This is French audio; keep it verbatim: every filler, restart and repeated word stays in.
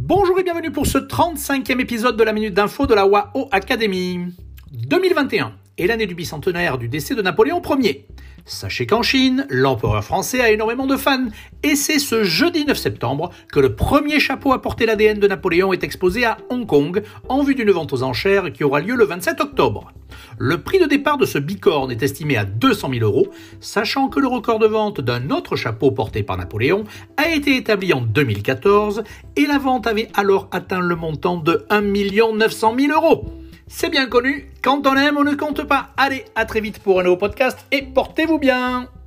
Bonjour et bienvenue pour ce trente-cinquième épisode de la Minute d'Info de la W A O Academy. deux mille vingt et un est l'année du bicentenaire du décès de Napoléon Ier. Sachez qu'en Chine, l'empereur français a énormément de fans et c'est ce jeudi neuf septembre que le premier chapeau à porter l'A D N de Napoléon est exposé à Hong Kong en vue d'une vente aux enchères qui aura lieu le vingt-sept octobre. Le prix de départ de ce bicorne est estimé à deux cent mille euros, sachant que le record de vente d'un autre chapeau porté par Napoléon a été établi en deux mille quatorze et la vente avait alors atteint le montant de un million neuf cent mille euros. C'est bien connu, quand on aime, on ne compte pas. Allez, à très vite pour un nouveau podcast et portez-vous bien!